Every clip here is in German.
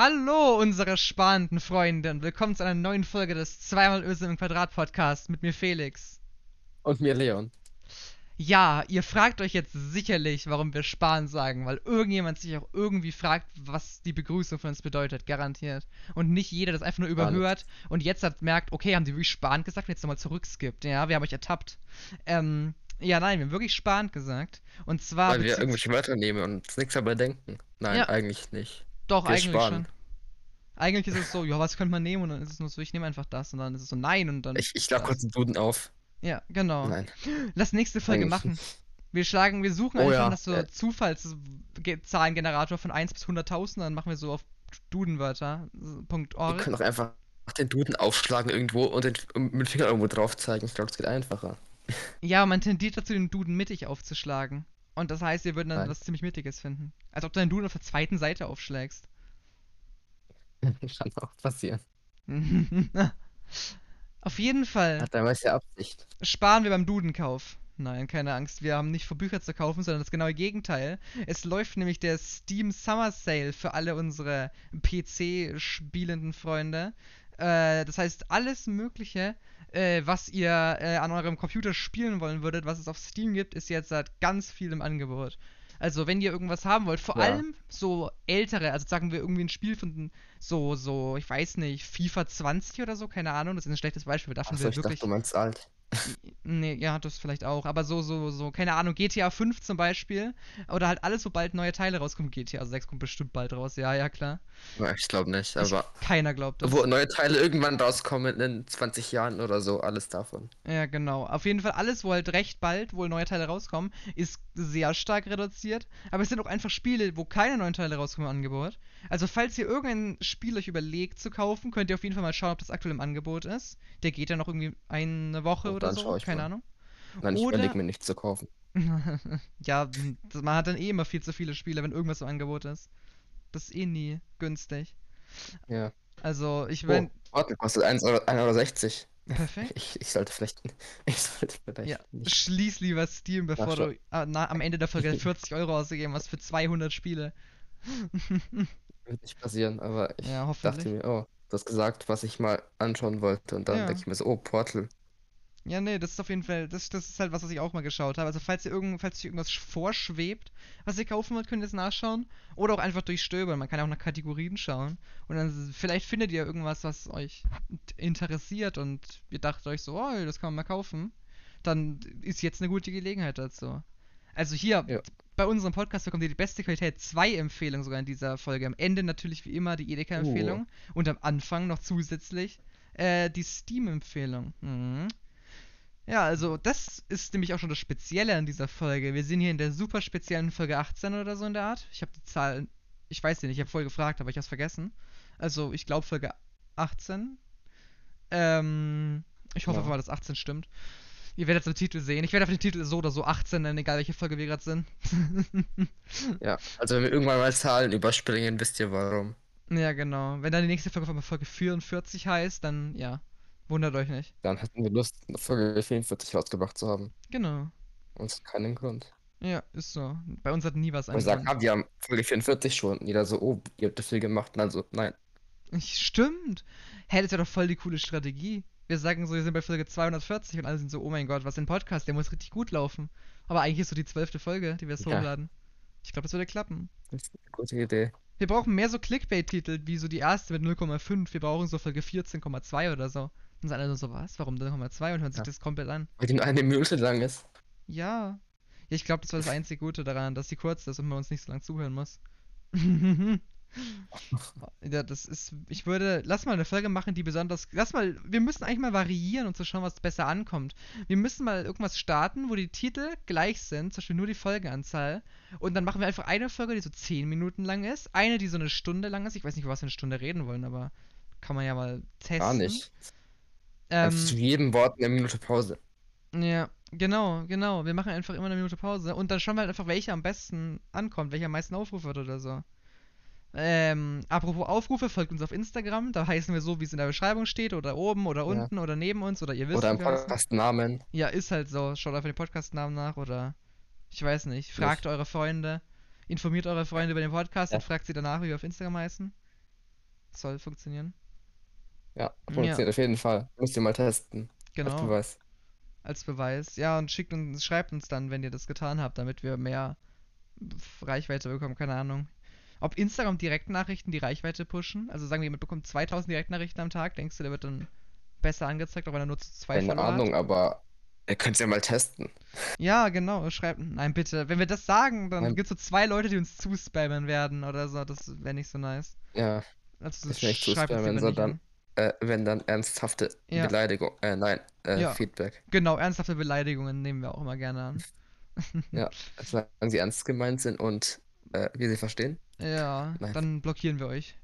Hallo, unsere spannenden Freunde und willkommen zu einer neuen Folge des Zweimal Öse im Quadrat Podcast mit mir Felix. Und mir Leon. Ja, ihr fragt euch jetzt sicherlich, warum wir Spahn sagen, weil irgendjemand sich auch irgendwie fragt, was die Begrüßung von uns bedeutet, garantiert. Und nicht jeder das einfach nur Gar nicht. überhört und jetzt hat merkt, okay, haben die wirklich Spahn gesagt und jetzt nochmal zurückskippt. Ja, wir haben euch ertappt. Ja, nein, wir haben wirklich Spahn gesagt. Und zwar Weil wir bezieht irgendwelche Wörter nehmen und uns nichts dabei denken. Nein, ja, eigentlich nicht. doch, Wir eigentlich sparen. schon. Eigentlich ist es so, ja, was könnte man nehmen? Und dann ist es nur so, ich nehme einfach das. Und dann ist es so, nein, und dann Ich lag kurz das. den Duden auf. Ja, genau. Nein, Lass nächste Folge eigentlich machen. nicht. Wir suchen Oh einfach ja. nach so Zufallszahlengenerator von 1 bis 100.000, dann machen wir so auf Dudenwörter. Wir .org. können auch einfach den Duden aufschlagen irgendwo und mit dem Finger irgendwo drauf zeigen. Ich glaube, das geht einfacher. Ja, man tendiert dazu, den Duden mittig aufzuschlagen. Und das heißt, wir würden dann Nein. was ziemlich Mittiges finden. Als ob du den Duden auf der zweiten Seite aufschlägst. Kann auch passieren. Auf jeden Fall Hat damals ja Absicht. sparen wir beim Dudenkauf. Nein, keine Angst, wir haben nicht vor, Bücher zu kaufen, sondern das genaue Gegenteil. Es läuft nämlich der Steam Summer Sale für alle unsere PC-spielenden Freunde. Das heißt, alles Mögliche, was ihr an eurem Computer spielen wollen würdet, was es auf Steam gibt, ist jetzt seit ganz viel im Angebot. Also, wenn ihr irgendwas haben wollt, vor Ja. allem so ältere, also sagen wir irgendwie ein Spiel von ich weiß nicht, FIFA 20 oder so, keine Ahnung, das ist ein schlechtes Beispiel, davon Achso, wir ich dachte, du wirklich meinst alt. Nee, ja, das vielleicht auch. Aber keine Ahnung, GTA 5 zum Beispiel. Oder halt alles, sobald neue Teile rauskommen. GTA 6 kommt bestimmt bald raus. Ja, ja, klar. Ja, ich glaube nicht, aber Keiner glaubt wo das. neue Teile irgendwann rauskommen in 20 Jahren oder so, alles davon. Ja, genau. Auf jeden Fall alles, wo halt recht bald wohl neue Teile rauskommen, ist sehr stark reduziert. Aber es sind auch einfach Spiele, wo keine neuen Teile rauskommen im Angebot. Also, falls ihr irgendein Spiel euch überlegt zu kaufen, könnt ihr auf jeden Fall mal schauen, ob das aktuell im Angebot ist. Der geht ja noch irgendwie eine Woche Und oder dann so, schaue ich keine mal. Ahnung. Nein, ich überlege Oder mir nichts zu kaufen. ja, man hat dann eh immer viel zu viele Spiele, wenn irgendwas im Angebot ist. Das ist eh nie günstig. Ja. Also, ich Oh, bin. warte, kostet 1,60 Euro. Perfekt. Ich sollte vielleicht, ich sollte Ja, vielleicht nicht schließ lieber Steam, bevor nachschauen. du am Ende der Folge 40 Euro ausgegeben hast für 200 Spiele. Wird nicht passieren, aber Ja, ich dachte hoffentlich. mir, oh, du hast gesagt, was ich mal anschauen wollte. Und dann denke Ja. ich mir so, oh, Portal. Ja, nee, das ist auf jeden Fall, das ist halt was ich auch mal geschaut habe. Also, falls euch irgendwas vorschwebt, was ihr kaufen wollt, könnt ihr es nachschauen. Oder auch einfach durchstöbern. Man kann auch nach Kategorien schauen. Und dann vielleicht findet ihr irgendwas, was euch interessiert und ihr dachtet euch so, oh, das kann man mal kaufen. Dann ist jetzt eine gute Gelegenheit dazu. Also hier, Ja. bei unserem Podcast bekommt ihr die beste Qualität 2 Empfehlungen sogar in dieser Folge. Am Ende natürlich wie immer die Uh, Edeka-Empfehlung und am Anfang noch zusätzlich die Steam-Empfehlung. Mhm. Ja, also das ist nämlich auch schon das Spezielle an dieser Folge. Wir sind hier in der super speziellen Folge 18 oder so in der Art. Ich habe die Zahl, ich weiß nicht, ich habe vorher gefragt, aber ich habe es vergessen. Also ich glaube Folge 18. Ich hoffe einfach ja. mal, dass 18 stimmt. Ihr werdet es im Titel sehen. Ich werde auf den Titel so oder so 18 nennen, egal welche Folge wir gerade sind. Ja. Also wenn wir irgendwann mal Zahlen überspringen, wisst ihr warum. Ja, genau. Wenn dann die nächste Folge von Folge 44 heißt, dann ja, wundert euch nicht. Dann hätten wir Lust, Folge 44 rausgebracht zu haben. Genau. Und es hat keinen Grund. Ja, ist so. Bei uns hat nie was Und wir einen sagen, Grund. ah, wir haben Folge 44 schon. Und jeder so, oh, ihr habt das viel gemacht. Und dann so, nein. Stimmt. Hä, das wäre doch voll die coole Strategie. Wir sagen so, wir sind bei Folge 240 und alle sind so, oh mein Gott, was ein Podcast, der muss richtig gut laufen. Aber eigentlich ist so die 12. Folge, die wir jetzt Ja, hochladen. Ich glaube, das würde klappen. das ist eine gute Idee. Wir brauchen mehr so Clickbait-Titel, wie so die erste mit 0,5. Wir brauchen so Folge 14,2 oder so. Dann sind alle nur so, was? Warum 0,2? Und hören sich Ja. das komplett an. Weil die nur 1 Minute lang ist. Ja. Ja, ich glaube, das war das einzige Gute daran, dass sie kurz ist und man uns nicht so lange zuhören muss. Ja, das ist. Lass mal eine Folge machen, die besonders. Wir müssen eigentlich mal variieren, um zu schauen, was besser ankommt. Wir müssen mal irgendwas starten, wo die Titel gleich sind, zum Beispiel nur die Folgenanzahl. Und dann machen wir einfach eine Folge, die so 10 Minuten lang ist. Eine, die so eine Stunde lang ist. Ich weiß nicht, über was wir eine Stunde reden wollen, aber kann man ja mal Gar testen. nicht. Einfach zu Ähm, jedem Wort 1 Minute Pause. ja, genau, genau. Wir machen einfach immer eine Minute Pause und dann schauen wir halt einfach, welcher am besten ankommt, welcher am meisten Aufrufe hat oder so. Apropos Aufrufe, folgt uns auf Instagram. Da heißen wir so, wie es in der Beschreibung steht, oder oben oder Ja. unten oder neben uns oder ihr wisst, Oder wie im wir heißen. Podcast-Namen. Ja, ist halt so. Schaut einfach den Podcast-Namen nach oder ich weiß nicht. Fragt Nicht. eure Freunde. Informiert eure Freunde über den Podcast und Ja. fragt sie danach, wie wir auf Instagram heißen. Soll funktionieren. Ja, Ja, funktioniert auf jeden Fall. Müsst ihr mal testen. Als genau. Beweis. Als Beweis. Ja, und schreibt uns dann, wenn ihr das getan habt, damit wir mehr Reichweite bekommen. Keine Ahnung. Ob Instagram Direktnachrichten die Reichweite pushen? Also sagen wir, jemand bekommt 2000 Direktnachrichten am Tag. Denkst du, der wird dann besser angezeigt, auch wenn er nur zwei Keine Follower hat? Ahnung, aber ihr könnt es ja mal testen. Ja, genau. Schreibt. Nein, bitte. Wenn wir das sagen, dann Nein, gibt es so 2 Leute, die uns zuspammen werden oder so. Das wäre nicht so nice. ja, Also ist nicht zu schreibt uns spammen, lieber nicht sondern an. wenn dann ernsthafte Ja, Beleidigung. Nein, ja. Feedback. Genau, ernsthafte Beleidigungen nehmen wir auch immer gerne an. Ja, solange sie ernst gemeint sind und wir sie verstehen. Ja, Nein, dann blockieren wir euch.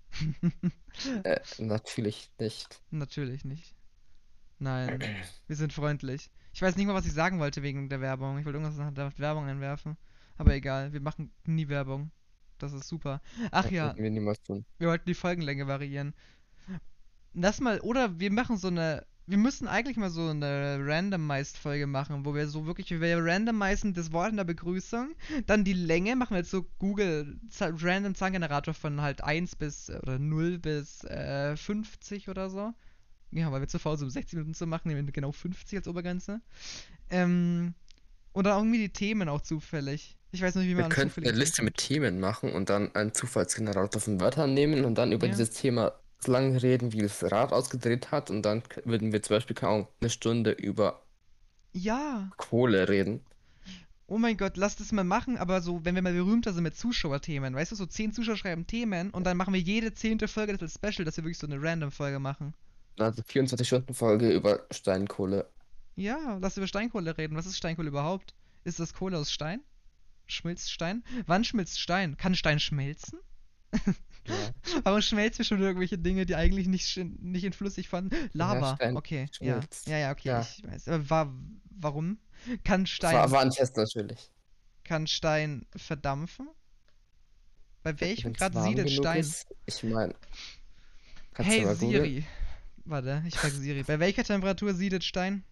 natürlich nicht. Natürlich nicht. Nein, wir sind freundlich. Ich weiß nicht mal, was ich sagen wollte wegen der Werbung. Ich wollte irgendwas nach der Werbung einwerfen. Aber egal, wir machen nie Werbung. Das ist super. Ach ja, Würden wir niemals tun. wir wollten die Folgenlänge variieren. Lass mal, oder wir machen so eine. Wir müssen eigentlich mal so eine Randomized-Folge machen, wo wir so wirklich, wir randomisieren das Wort in der Begrüßung, dann die Länge, machen wir jetzt so Google Random Zahlengenerator von halt 1 bis oder 0 bis 50 oder so. Ja, weil wir zu faul sind, um 60 Minuten zu machen, nehmen wir genau 50 als Obergrenze. Ähm, und dann irgendwie die Themen auch zufällig. Ich weiß nicht, wie Wir man an könnten zufällige eine Themen Liste mit kommt. Themen machen und dann einen Zufallsgenerator von Wörtern nehmen und dann über Ja. dieses Thema so lange reden, wie das Rad ausgedreht hat. Und dann würden wir zum Beispiel kaum eine Stunde über Ja. Kohle reden. Oh mein Gott, lass das mal machen, aber so, wenn wir mal berühmter sind mit Zuschauerthemen, weißt du, so 10 Zuschauer schreiben Themen und dann machen wir jede 10. Folge das als Special, dass wir wirklich so eine Random-Folge machen. Also 24-Stunden-Folge über Steinkohle. Ja, lass über Steinkohle reden. Was ist Steinkohle überhaupt? Ist das Kohle aus Stein? Schmilzt Stein? Wann schmilzt Stein? Kann Stein schmelzen? Ja. Warum schmelzen schon irgendwelche Dinge, die eigentlich nicht in flüssig fanden? Ja, Lava. Stein Okay, ja. Ja, schmilzt. ja, okay, Ja, ich weiß. Aber warum? Kann war, Stein, war ein Test natürlich. kann Stein verdampfen? Bei welchem Wenn es Grad warm siedet genug Stein? ist, ich meine, kannst du Hey mal googeln. Siri. Warte, ich frage Siri. Bei welcher Temperatur siedet Stein?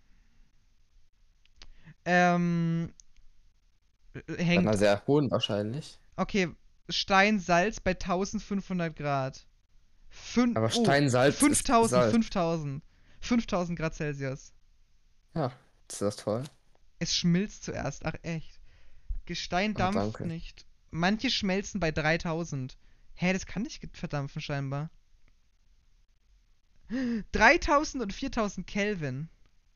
Ähm, Bei einer hängt. sehr hohen wahrscheinlich. Okay, Stein, Salz bei 1500 Grad. Aber Oh, Steinsalz ist 5000, Salz. 5000. 5000 Grad Celsius. Ja, ist das toll. Es schmilzt zuerst. Ach echt. Gestein Oh, dampft danke. nicht. Manche schmelzen bei 3000. Hä, das kann nicht verdampfen scheinbar. 3000 und 4000 Kelvin.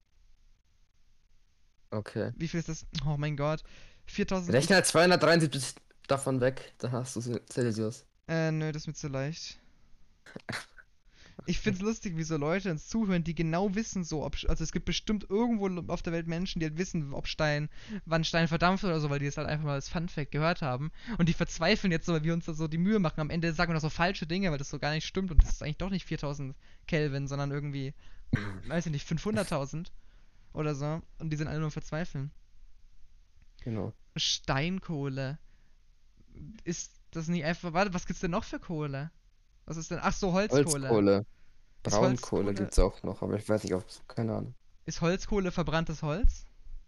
Okay. Wie viel ist das? Oh mein Gott. 4000. Rechne halt 273 davon weg, dann hast du Celsius. Nö, das ist mir zu leicht. Ich find's lustig, wie so Leute uns zuhören, die genau wissen, so, ob, also es gibt bestimmt irgendwo auf der Welt Menschen, die halt wissen, wann Stein verdampft oder so, weil die es halt einfach mal als Funfact gehört haben. Und die verzweifeln jetzt so, weil wir uns da so die Mühe machen. Am Ende sagen wir noch so falsche Dinge, weil das so gar nicht stimmt und das ist eigentlich doch nicht 4000 Kelvin, sondern irgendwie, weiß ich nicht, 500.000 oder so. Und die sind alle nur am Verzweifeln. Genau. Steinkohle. Ist das nicht einfach, warte, was gibt's denn noch für Kohle? Was ist denn, ach so, Holzkohle. Holzkohle. Ist Braunkohle Holzkohle gibt's auch noch, aber ich weiß nicht, ob keine Ahnung. Ist Holzkohle verbranntes Holz?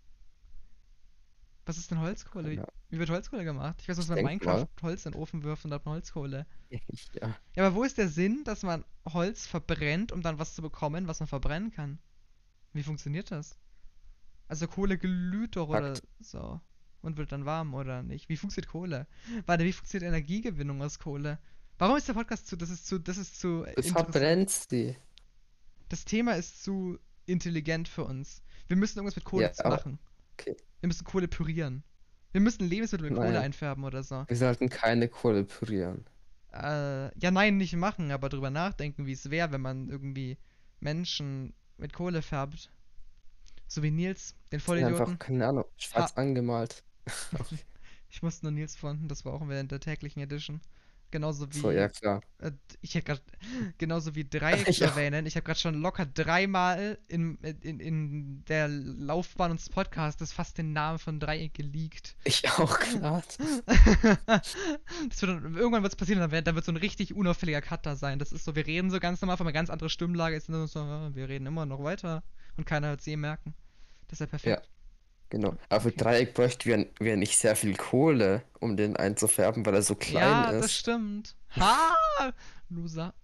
Was ist denn Holzkohle? Keine Wie, Ahnung. wie wird Holzkohle gemacht? Ich weiß, dass Ich man in denke Minecraft mal. Holz in den Ofen wirft und dann hat man Holzkohle. Ja. Ja, aber wo ist der Sinn, dass man Holz verbrennt, um dann was zu bekommen, was man verbrennen kann? Wie funktioniert das? Also Kohle glüht doch oder Fakt. so. Und wird dann warm oder nicht? Wie funktioniert Kohle? Warte, wie funktioniert Energiegewinnung aus Kohle? Warum ist der Podcast das ist zu Du interessant. verbrennst die. Das Thema ist zu intelligent für uns. Wir müssen irgendwas mit Kohle Ja, aber machen. okay. Wir müssen Kohle pürieren. Wir müssen Lebensmittel mit Kohle Nein. einfärben oder so. Wir sollten keine Kohle pürieren. Ja, nein, nicht machen, aber drüber nachdenken, wie es wäre, wenn man irgendwie Menschen mit Kohle färbt. So wie Nils, den Die sind einfach, Vollidioten. keine Ahnung, Ha, schwarz angemalt. ich musste nur Nils finden, das war auch während der täglichen Edition. Genauso So, ja wie, klar. ich hätte gerade, genauso wie Dreieck zu Ja, erwähnen. Ich habe gerade schon locker 3-mal in der Laufbahn unseres Podcasts fast den Namen von Dreieck geleakt. ich auch gerade. Irgendwann wird es passieren, dann wird so ein richtig unauffälliger Cut da sein. Das ist so, wir reden so ganz normal von einer ganz anderen Stimmlage, ist dann so, wir reden immer noch weiter und keiner wird es je merken. Das ist ja Ja, perfekt. Genau. Aber für Okay. Dreieck bräuchten wir nicht sehr viel Kohle, um den einzufärben, weil er so klein Ja, das ist. stimmt. Ha! Loser.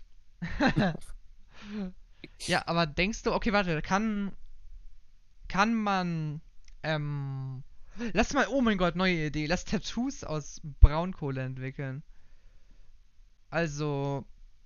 Ja, aber denkst du, okay, warte, kann man, ähm, lass mal, oh mein Gott, neue Idee, lass Tattoos aus Braunkohle entwickeln. Also,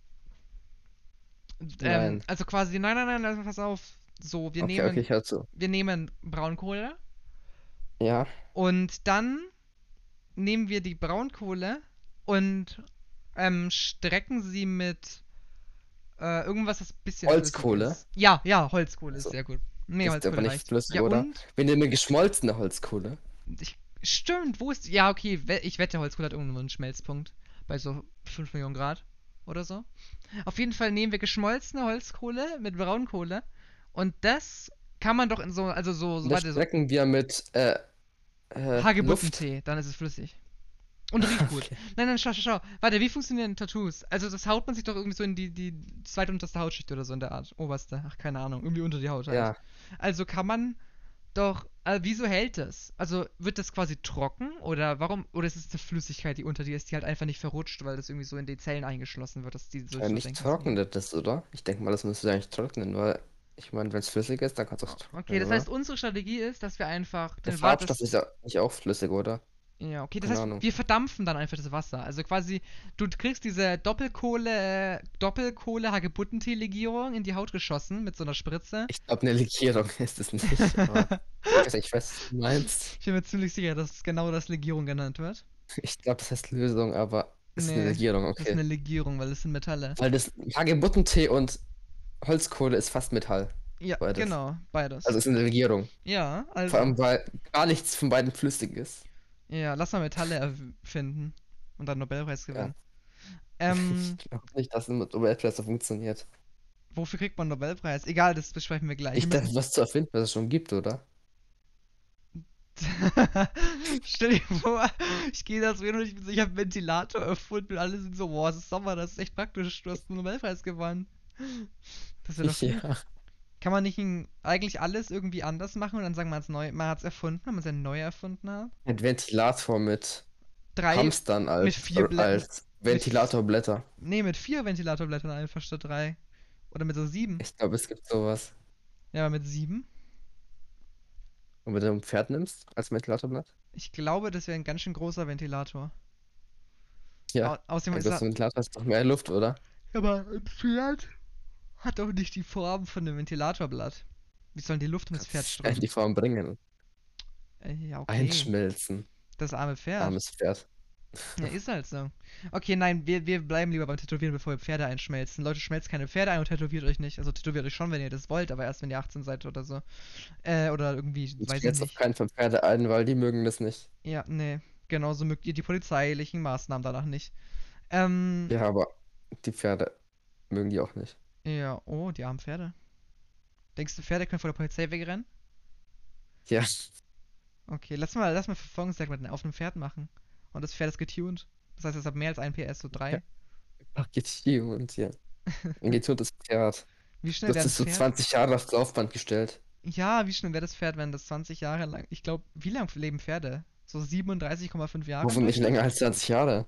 Nein. also quasi, nein, nein, nein, pass auf, so, Okay, okay, ich hör zu. wir nehmen Braunkohle Ja, und dann nehmen wir die Braunkohle und strecken sie mit irgendwas, das ein bisschen flüssig Holzkohle. ist. Ja, ja, Holzkohle ist Also, sehr gut. Nee, ist aber Holzkohle nicht reicht. flüssig, Ja, oder? und? Wir nehmen geschmolzene Holzkohle. Stimmt, wo ist. Ja, okay, ich wette, Holzkohle hat irgendwo einen Schmelzpunkt. Bei so 5 Millionen Grad oder so. Auf jeden Fall nehmen wir geschmolzene Holzkohle mit Braunkohle. Und das kann man doch in so. Also so, Und das warte, so. strecken wir mit Luft. Hagebuttentee, dann ist es flüssig. Und riecht gut. Okay. Nein, nein, schau, schau, schau. Warte, wie funktionieren Tattoos? Also, das haut man sich doch irgendwie so in die zweitunterste Hautschicht oder so in der Art. Oberste. Ach, keine Ahnung. Irgendwie unter die Haut halt. Ja, Also kann man doch. Wieso hält das? Also, wird das quasi trocken? Oder warum? Oder ist es eine Flüssigkeit, die unter dir ist, die halt einfach nicht verrutscht, weil das irgendwie so in die Zellen eingeschlossen wird, dass die so, so nicht denken, es geht? trocknet das, oder? Ich denke mal, das müsste eigentlich trocknen, weil ich meine, wenn es flüssig ist, dann kann es auch Okay, trocknen, das heißt, oder? unsere Strategie ist, dass wir einfach Der den Farbstoff Wartes. ist ja nicht auch flüssig, oder? Ja, okay, das Keine heißt, Ahnung. wir verdampfen dann einfach das Wasser. Also quasi, du kriegst diese Doppelkohle Hagebuttentee-Legierung in die Haut geschossen mit so einer Spritze. Ich glaube, eine Legierung ist es nicht, aber ich weiß, was du meinst. Ich bin mir ziemlich sicher, dass genau das Legierung genannt wird. Ich glaube, das heißt Lösung, aber es ist eine Nee, Legierung, das ist okay. eine Legierung, weil es sind Metalle. Weil das Hagebuttentee und Holzkohle ist fast Metall. Ja, Beides. genau, beides. Also es ist eine Legierung. Ja, Vor also. allem, weil gar nichts von beiden flüssig ist. Ja, lass mal Metalle erfinden und dann Nobelpreis Ja. gewinnen. Ich Ähm, glaube nicht, dass es mit Nobelpreis so funktioniert. wofür kriegt man einen Nobelpreis? Egal, das besprechen wir gleich. Wir Nicht, dass müssen. es was zu erfinden, was es schon gibt, oder? Stell dir vor, ich gehe da so hin und ich habe einen Ventilator erfunden und alle sind so, boah, es ist Sommer, das ist echt praktisch, du hast einen Nobelpreis gewonnen. Das wäre doch gut. Ja. Kann man nicht eigentlich alles irgendwie anders machen und dann sagen, man hat es erfunden, wenn man es ja neu erfunden hat? Ein Ventilator mit Drei Hamstern mit vier Blättern. als Mit, Ventilatorblätter. nee, mit 4 Ventilatorblättern einfach statt 3. Oder mit so 7. Ich glaube, es gibt sowas. Ja, aber mit 7. Und wenn du ein Pferd nimmst als Ventilatorblatt? Ich glaube, das wäre ein ganz schön großer Ventilator. Ja. Außerdem Ein ist großer er. Ventilator ist doch mehr Luft, oder? Aber ein Pferd hat doch nicht die Form von einem Ventilatorblatt. Wie sollen die Luft ins Pferd Kannst du in strömen? die Form bringen. Ja, okay. Einschmelzen. Das arme Pferd. Armes Pferd. Ja, ist halt so. Okay, nein, wir bleiben lieber beim Tätowieren, bevor wir Pferde einschmelzen. Leute, schmelzt keine Pferde ein und tätowiert euch nicht. Also tätowiert euch schon, wenn ihr das wollt, aber erst wenn ihr 18 seid oder so. Oder irgendwie, Ich weiß stelle ich jetzt auf nicht. keinen Fall Pferde ein, weil die mögen das nicht. Ja, nee. Genauso mögt ihr die polizeilichen Maßnahmen danach nicht. Ähm, Ja, aber die Pferde mögen die auch nicht. ja, oh, die armen Pferde. Denkst du, Pferde können vor der Polizei wegrennen? Ja, Okay, lass mal Verfolgungsjagd auf einem Pferd machen. Und das Pferd ist getuned. Das heißt, es hat mehr als 1 PS, so ja. 3. Ach, GTI und ja. Ein getuntes Pferd. Wie Du schnell wäre hast das es so Pferd? 20 Jahre aufs Laufband gestellt. Ja, wie schnell wäre das Pferd, wenn das 20 Jahre lang. Ich glaube, wie lang leben Pferde? So 37,5 Jahre im Hoffentlich länger Durchschnitt? als 20 Jahre.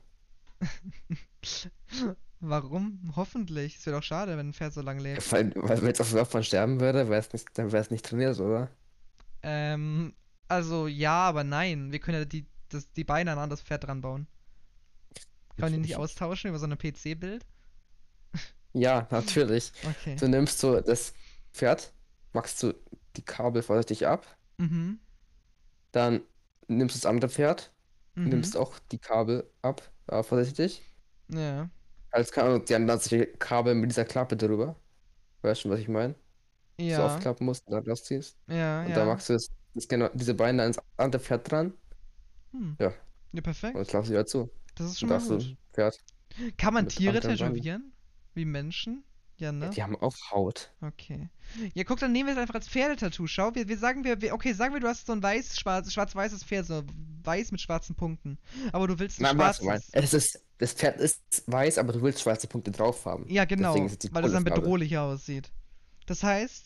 Warum? Hoffentlich. Es wäre doch schade, wenn ein Pferd so lange Ja, lebt. weil wenn es auf dem Laufband sterben würde, dann wäre es nicht trainiert, oder? Ähm, also ja, aber nein. Wir können ja die Beine an ein anderes Pferd dran bauen. Kann man die nicht austauschen über so ein PC-Bild? Ja, natürlich. Okay. Du nimmst so das Pferd, machst du die Kabel vorsichtig ab, Mhm. dann nimmst du das andere Pferd, Mhm. nimmst auch die Kabel ab, vorsichtig. Ja. Als kann man die anderen solche Kabel mit dieser Klappe drüber. Weißt du, was ich meine? So Ja. aufklappen musst und dann rausziehst. Ja, Und dann ja. machst du genau, diese Beine ans andere Pferd dran. Hm. Ja, Ja, und dann perfekt. klappst du wieder zu. Das ist schon Und mal da hast du gut. ein Pferd Kann man mit Tiere anderen Beinen. tätowieren? Wie Menschen? Ja, Ja, ne? die haben auch Haut. Okay. Ja, guck, dann nehmen wir es einfach als Pferdetattoo. Schau, wir sagen okay, sagen wir, du hast so ein schwarz-weißes Pferd, so weiß mit schwarzen Punkten. Aber du willst ein Nein, warte mal. schwarzes. Das Pferd ist weiß, aber du willst schwarze Punkte drauf haben. Ja, Deswegen genau, ist es die weil es dann Todesgabe. bedrohlicher aussieht. Das heißt,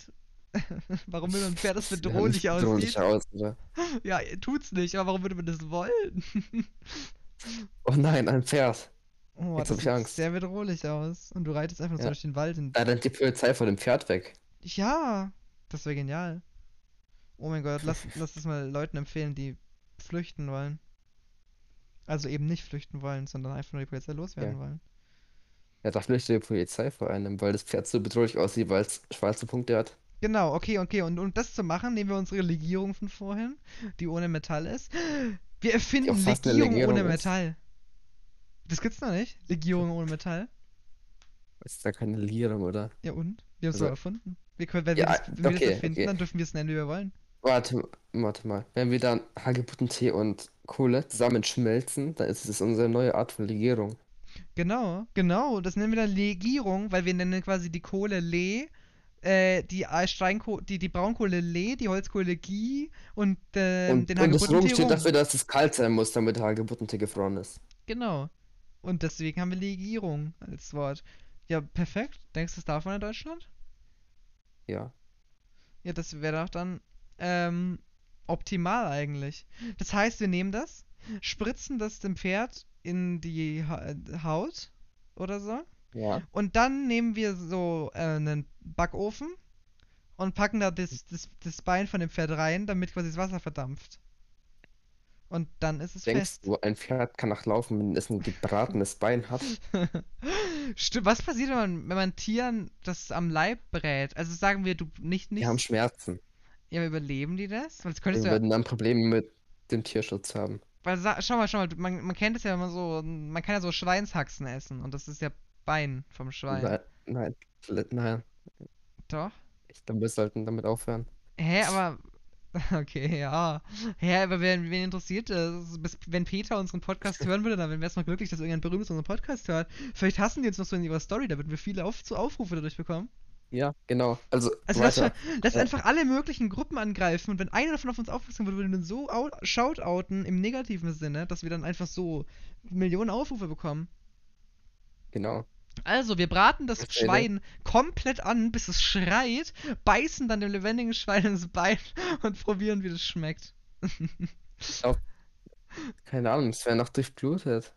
Warum will man ein Pferd, das Das sieht ja nicht bedrohlich bedrohlich aussieht? aus, oder? Ja, tut's nicht, aber warum würde man das wollen? Oh nein, ein Pferd. Oh, Jetzt das habe ich sieht Angst. sehr bedrohlich aus. Und du reitest einfach so Ja. durch den Wald und. Da rennt die Polizei vor dem Pferd weg. Ja, das wäre genial. Oh mein Gott, lass das mal Leuten empfehlen, die flüchten wollen. Also eben nicht flüchten wollen, sondern einfach nur die Polizei loswerden Ja. wollen. Ja, da flüchtet die Polizei vor einem, weil das Pferd so bedrohlich aussieht, weil es schwarze Punkte hat. Genau, okay, okay. Und um das zu machen, nehmen wir unsere Legierung von vorhin, die ohne Metall ist. Wir Die erfinden auch fast eine Legierung ohne Legierung ist. Metall. Das gibt's noch nicht. Legierung ohne Metall. Ist da keine Legierung, oder? Ja und? Wir haben es doch Also, erfunden. Wenn ja, wir das okay, erfinden, okay. dann dürfen wir es nennen, wie wir wollen. Warte mal. Wenn wir dann Hagebuttentee und Kohle zusammenschmelzen, dann ist es unsere neue Art von Legierung. Genau, genau. Das nennen wir dann Legierung, weil wir nennen quasi die Kohle Le, die Braunkohle Le, die Holzkohle Gi und den Und das Rum Hagebuttentee steht Rum. dafür, dass es kalt sein muss, damit der Hagebuttentee gefroren ist. Genau. Und deswegen haben wir Legierung als Wort. Ja, perfekt. Denkst du, das darf man in Deutschland? Ja. Ja, das wäre doch dann ähm, optimal eigentlich. Das heißt, wir nehmen das, spritzen das dem Pferd in die Haut oder so. Ja. Und dann nehmen wir so einen Backofen und packen da das Bein von dem Pferd rein, damit quasi das Wasser verdampft. Und dann ist es Denkst fest. du, ein Pferd kann noch laufen, wenn es ein gebratenes Bein hat? Stimmt, was passiert, wenn man Tieren das am Leib brät? Also sagen wir, du Die haben nicht. Schmerzen. Ja, aber überleben die das? Weil das könntest du Wir ja. würden dann Probleme mit dem Tierschutz haben. Weil, schau mal, man kennt es ja immer so, man kann ja so Schweinshaxen essen und das ist ja Bein vom Schwein. Nein, nein, nein. Doch? Wir sollten damit aufhören. Hä, aber. Okay, ja. Hä, aber wen interessiert das? Wenn Peter unseren Podcast hören würde, dann wären wir erstmal glücklich, dass irgendein Berühmtes unseren Podcast hört. Vielleicht hassen die uns noch so in ihrer Story, da würden wir viele Aufrufe dadurch bekommen. Ja, genau. Also Also weiter. lass Äh, einfach alle möglichen Gruppen angreifen und wenn einer davon auf uns aufmerksam wird, würden wir ihn so shoutouten im negativen Sinne, dass wir dann einfach so Millionen Aufrufe bekommen. genau. Also, wir braten das Beste Idee. Schwein komplett an, bis es schreit, beißen dann dem lebendigen Schwein ins Bein und probieren, wie das schmeckt. Glaub, keine Ahnung, es wäre noch durchblutet.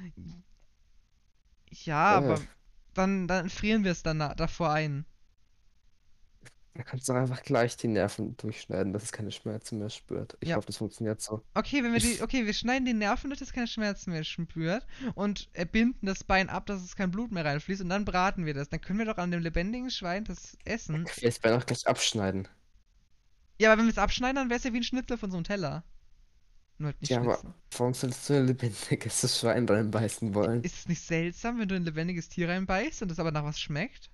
Ja, Äh, aber dann frieren wir es dann davor ein. Da kannst du auch einfach gleich die Nerven durchschneiden, dass es keine Schmerzen mehr spürt. Ich Ja. hoffe, das funktioniert so. Okay, wir schneiden die Nerven, dass es keine Schmerzen mehr spürt und binden das Bein ab, dass es kein Blut mehr reinfließt und dann braten wir das. Dann können wir doch an dem lebendigen Schwein das essen. Vielleicht wäre noch gleich abschneiden. Ja, aber wenn wir es abschneiden, dann wäre es ja wie ein Schnitzel von so einem Teller. Nur halt nicht Ja, aber Schnitzel. warum solltest du ein lebendiges Schwein reinbeißen wollen? Ist es nicht seltsam, wenn du ein lebendiges Tier reinbeißt und es aber nach was schmeckt?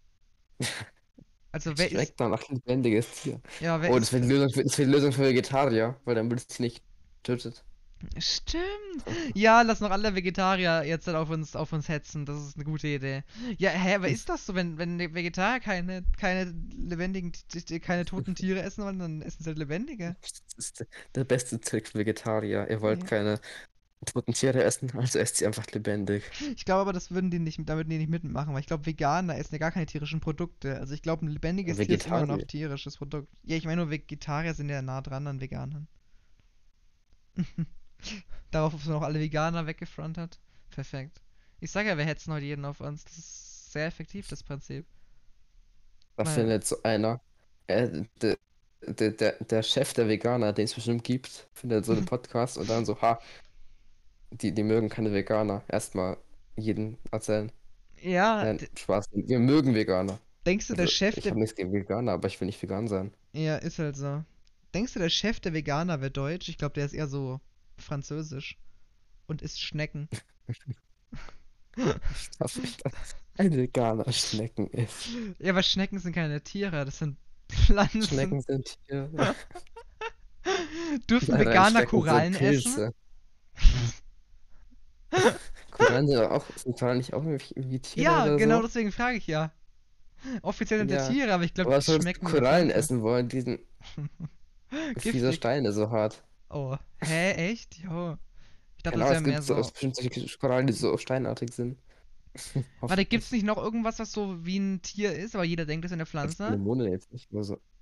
Also wer ist. Schmeckt dann nach lebendiges Tier. Ja, wer Oh, ist. das wäre die Lösung für Vegetarier, weil dann würdest du nicht tötet. Stimmt. Ja, lass noch alle Vegetarier jetzt halt auf uns hetzen. Das ist eine gute Idee. Ja, hä, aber ist das so, wenn die Vegetarier keine lebendigen, keine toten Tiere essen wollen, dann essen sie halt lebendige? Das ist der beste Trick für Vegetarier. Ihr wollt Ja. keine toten Tiere essen, also esst sie einfach lebendig. Ich glaube aber, da würden die nicht mitmachen, weil ich glaube, Veganer essen ja gar keine tierischen Produkte. Also ich glaube, ein lebendiges Tier ist immer noch Vegetarier. tierisches Produkt. Ja, ich meine nur, Vegetarier sind ja nah dran an Veganern. Darauf sind auch alle Veganer weggefrontet. Perfekt. Ich sage ja, wir hetzen heute jeden auf uns. Das ist sehr effektiv, das Prinzip. Da Weil, findet so einer, der Chef der Veganer, den es bestimmt gibt, findet so einen Podcast und dann so, ha, die mögen keine Veganer. Erstmal jeden erzählen. ja, Nein, Spaß. Wir mögen Veganer. denkst du, der Also, Chef ich der. habe nichts gegen Veganer, aber ich will nicht vegan sein. Ja, ist halt so. Denkst du, der Chef der Veganer wäre deutsch? Ich glaube, der ist eher so französisch. Und isst Schnecken. Ich darf nicht, dass ein Veganer Schnecken isst. Ja, aber Schnecken sind keine Tiere, das sind Pflanzen. Schnecken sind hier. Dürfen Nein, Veganer Schnecken sind Korallen essen? Pilze. Korallen sind Korallen nicht auch irgendwie Tiere Ja, oder genau so? deswegen frage ich ja. Offiziell sind ja Ja. Tiere, aber ich glaube, Aber die was sollst du schmecken wie Korallen Pflanze. essen wollen? Die sind diese Giftig. Steine so hart. Oh, hä, echt? Jo. Ich dachte, Keine das Ahnung, wäre es mehr gibt so so. bestimmt solche Korallen, die so steinartig sind. Warte, gibt's Hoffentlich. nicht noch irgendwas, was so wie ein Tier ist, aber jeder denkt, das ist eine Als Pflanze? Anemone jetzt nicht nur so.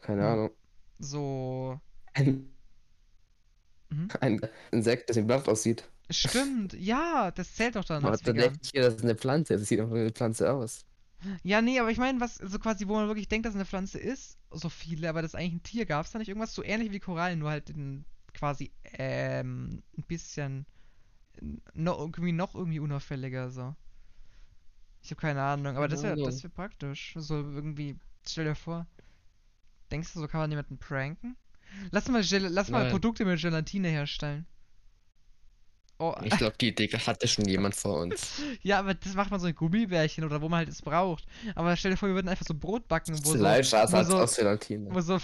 Keine M- Ahnung. So. Ein, Mhm. ein Insekt, das wie ein Blatt aussieht. Stimmt, ja, das zählt doch dann Aber als dann denkt vegan. nicht jeder, das ist eine Pflanze. Das sieht einfach wie eine Pflanze aus. Ja, nee, aber ich meine, was so quasi, wo man wirklich denkt, dass es eine Pflanze ist, so viele, aber das ist eigentlich ein Tier. Gab es da nicht irgendwas so ähnlich wie Korallen, nur halt in quasi ein bisschen noch irgendwie unauffälliger so. Ich habe keine Ahnung, aber Keine das Ahnung. wäre praktisch. So irgendwie, stell dir vor, denkst du, so kann man jemanden pranken? Lass mal Nein. Produkte mit Gelatine herstellen. Oh, Ich glaube, die Idee hatte schon jemand vor uns. ja, aber das macht man so in Gummibärchen oder wo man halt es braucht. Aber stell dir vor, wir würden einfach so Brot backen, wo Fleischersatz so, aus Gelatine. wo so,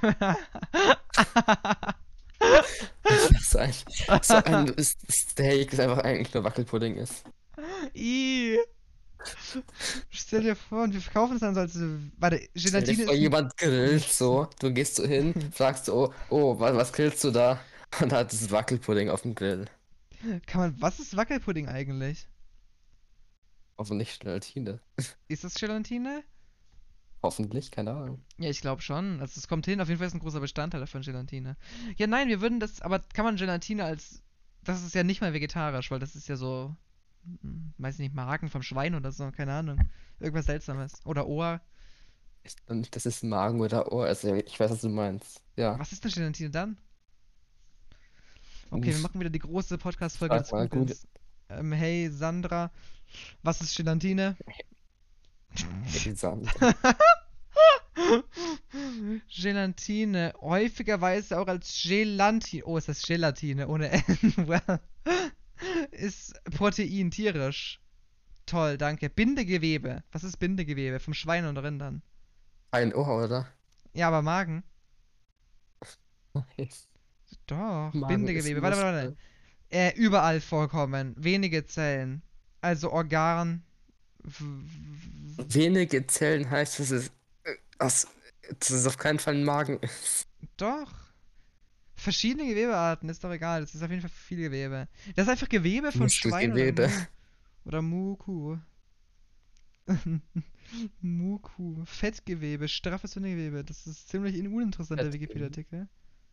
So ein, so ein Steak, das einfach eigentlich nur Wackelpudding ist. Ih, stell dir vor, und wir verkaufen es dann so als, warte, Stell dir Gelatine vor, ist ein, jemand grillt so. Du gehst so hin, fragst so, oh, was grillst du da? Und da hat es Wackelpudding auf dem Grill. was ist Wackelpudding eigentlich? Hoffentlich Gelatine. Ist das Gelatine? Hoffentlich, keine Ahnung. Ja, ich glaube schon. Also es kommt hin, auf jeden Fall ist ein großer Bestandteil davon Gelatine. Ja, nein, wir würden das, aber kann man Gelatine als, das ist ja nicht mal vegetarisch, weil das ist ja so, weiß ich nicht, Magen vom Schwein oder so, keine Ahnung. Irgendwas Seltsames. Oder Ohr. Und nicht, dass es Magen oder Ohr ist. Ich weiß, was du meinst. Ja. Was ist denn Gelatine dann? Okay, wir machen wieder die große Podcast-Folge Frag des mal gut. Googles. Hey Sandra, was ist Gelatine? Hey, Sand. Gelatine, häufigerweise auch als Gelatine. Oh, ist das Gelatine ohne N? Well. Ist Protein, tierisch. Toll, danke. Bindegewebe. Was ist Bindegewebe? Vom Schwein und Rindern. Ein Ohr, oder? Ja, aber Magen. Doch, Magen ist Bindegewebe. Warte. Muskel. Überall vorkommen. Wenige Zellen. Also Organ. Wenige Zellen heißt, dass es auf keinen Fall ein Magen ist. Doch. Verschiedene Gewebearten, ist doch egal. Das ist auf jeden Fall viel Gewebe. Das ist einfach Gewebe von Schwein oder Muskelgewebe. Mu. Oder Muku. Muku. Fettgewebe, straffes Bindegewebe. Das ist ziemlich uninteressant, der Fettgewebe. Wikipedia-Artikel.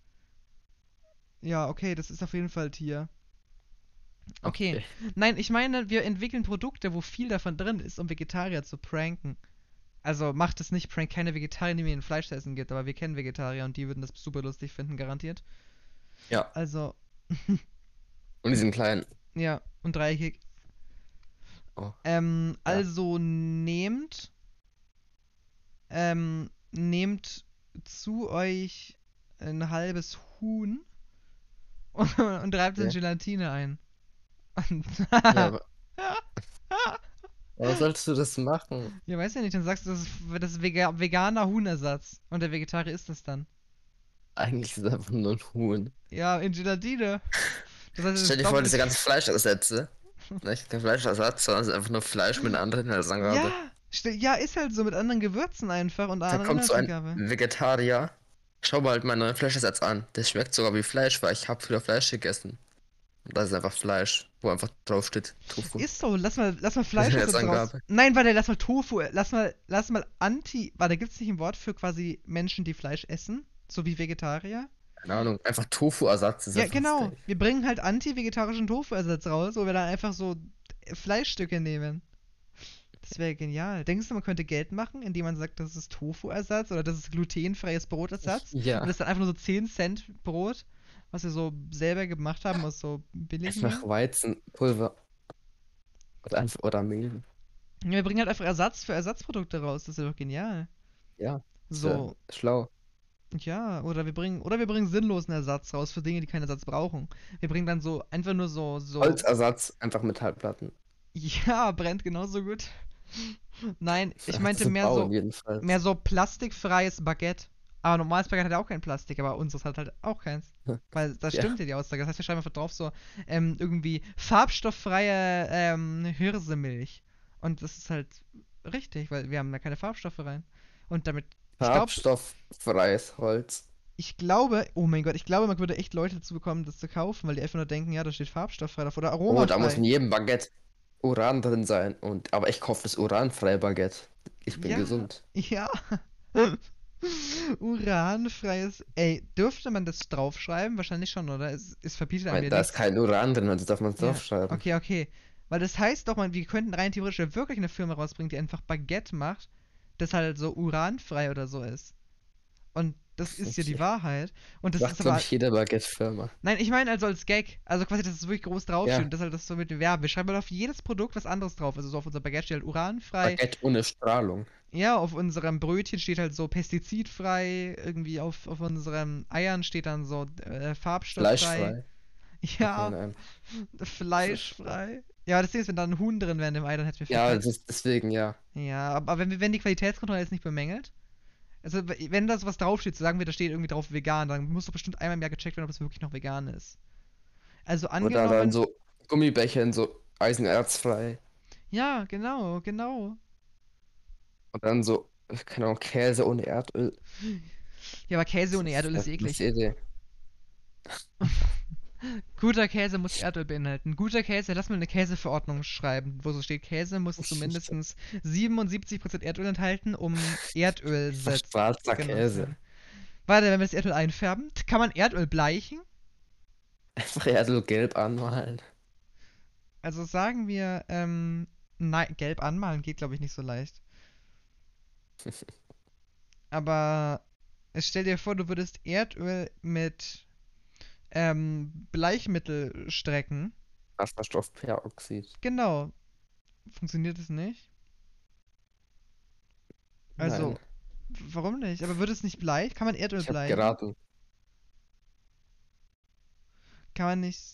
Ja, okay, das ist auf jeden Fall Tier. Okay. Okay. Nein, ich meine, wir entwickeln Produkte, wo viel davon drin ist, um Vegetarier zu pranken. Also macht es nicht, prank keine Vegetarier, die mir ein Fleisch zu essen gibt, aber wir kennen Vegetarier und die würden das super lustig finden, garantiert. Ja. Also, Und die sind klein. ja, und dreieckig. Oh. Ja. Also nehmt zu euch ein halbes Huhn und reibt es in Okay. Gelatine ein. Und Ja, aber warum solltest du das machen? ja, weiß ja nicht, dann sagst du, das ist veganer Huhnersatz. Und der Vegetarier isst das dann. Eigentlich ist es einfach nur ein Huhn. Ja, in Gelatine. Das heißt, es Stell ist dir vor, das doppelt. ist ganze Fleischersätze. Nicht kein Fleischersatz, sondern es ist einfach nur Fleisch mit einer anderen Ja, Inhaltsangabe. ja, ist halt so mit anderen Gewürzen einfach und einer Da anderen kommt so ein Inhaltsangabe. Vegetarier. Schau mal halt meinen neuen Fleischersatz an. Das schmeckt sogar wie Fleisch, weil ich habe früher Fleisch gegessen. Und das ist einfach Fleisch, wo einfach drauf steht Tofu. Ist so, lass mal Das ist Fleischersatz raus. Inhaltsangabe. Nein, warte, lass mal Tofu, lass mal warte, gibt's nicht ein Wort für quasi Menschen, die Fleisch essen? So wie Vegetarier? Keine Ahnung, einfach Tofu-Ersatz ist Ja, einfach genau. Steak. Wir bringen halt anti-vegetarischen Tofu-Ersatz raus, wo wir dann einfach so Fleischstücke nehmen. Das wäre genial. Denkst du, man könnte Geld machen, indem man sagt, das ist Tofu-Ersatz oder das ist glutenfreies Brotersatz? Und Ja, das ist dann einfach nur so 10 Cent Brot, was wir so selber gemacht haben aus so einfach Billigmehl? Weizenpulver oder Mehl. Ja, wir bringen halt einfach Ersatz für Ersatzprodukte raus. Das ist doch genial. Ja, ist ja So, schlau. ja, oder wir bringen sinnlosen Ersatz raus für Dinge, die keinen Ersatz brauchen. Wir bringen dann so einfach nur Holzersatz, einfach Metallplatten. ja, brennt genauso gut. Nein, ich Das meinte ist Bauen jedenfalls. mehr so plastikfreies Baguette. Aber normales Baguette hat ja auch kein Plastik, aber unseres hat halt auch keins. Weil das Ja, stimmt ja die Aussage. Das heißt, wir schreiben einfach drauf so, irgendwie farbstofffreie Hirsemilch. Und das ist halt richtig, weil wir haben da keine Farbstoffe rein. Und damit, farbstofffreies Holz. ich glaube, oh mein Gott, ich glaube, man würde echt Leute dazu bekommen, das zu kaufen, weil die einfach nur denken, ja, da steht farbstofffrei drauf oder Oh, da muss aromafrei. in jedem Baguette Uran drin sein. Aber ich kaufe das uranfreie Baguette. Ich bin Ja, gesund. ja. Uranfreies. Ey, dürfte man das draufschreiben? Wahrscheinlich schon, oder? Es verbietet einem Weil ja da ist nichts. kein Uran drin, also darf man es Ja, draufschreiben. okay, okay. Weil das heißt doch, wir könnten rein theoretisch ja wirklich eine Firma rausbringen, die einfach Baguette macht, das halt so uranfrei oder so ist. Und das ist ja die Okay. Wahrheit. Und das Macht, ist glaube aber. ich, jede Baguette-Firma. Nein, ich meine also als Gag. Also quasi, dass es wirklich groß draufsteht Ja, und das halt das so mit dem Werben. Wir schreiben halt auf jedes Produkt was anderes drauf. Also so auf unser Baguette steht halt uranfrei. Baguette ohne Strahlung. Ja, auf unserem Brötchen steht halt so pestizidfrei. Irgendwie auf unseren Eiern steht dann so farbstofffrei. Fleischfrei. Okay, Ja, nein. fleischfrei. Ja, das Ding ist, wenn da ein Huhn drin wäre in dem Ei, dann hätten wir Ja, das verkackt. ist deswegen, ja. Ja, aber wenn die Qualitätskontrolle jetzt nicht bemängelt, also wenn da sowas draufsteht, so sagen wir, da steht irgendwie drauf vegan, dann muss doch bestimmt einmal im Jahr gecheckt werden, ob es wirklich noch vegan ist. Also Oder dann angenommen, so Gummibärchen, so eisenerzfrei. ja, genau, genau. Und dann so, keine Ahnung, Käse ohne Erdöl. Ja, aber Käse Das ohne ist Erdöl ist eine lustige eklig. Idee. Guter Käse muss Erdöl beinhalten. Guter Käse, lass mal eine Käseverordnung schreiben, wo so steht, Käse muss zu mindestens 77% Erdöl enthalten, um Einfach schwarzer Käse. Erdölsätze. Warte, wenn wir das Erdöl einfärben, kann man Erdöl bleichen? Einfach Erdöl gelb anmalen. Also sagen wir, nein, gelb anmalen geht, glaube ich, nicht so leicht. Aber stell dir vor, du würdest Erdöl mit Bleichmittel strecken. Wasserstoffperoxid. Genau. Funktioniert es nicht? Nein, Also, warum nicht? Aber wird es nicht bleich? Kann man Erdöl ich habe bleichen? geraten. Kann man nicht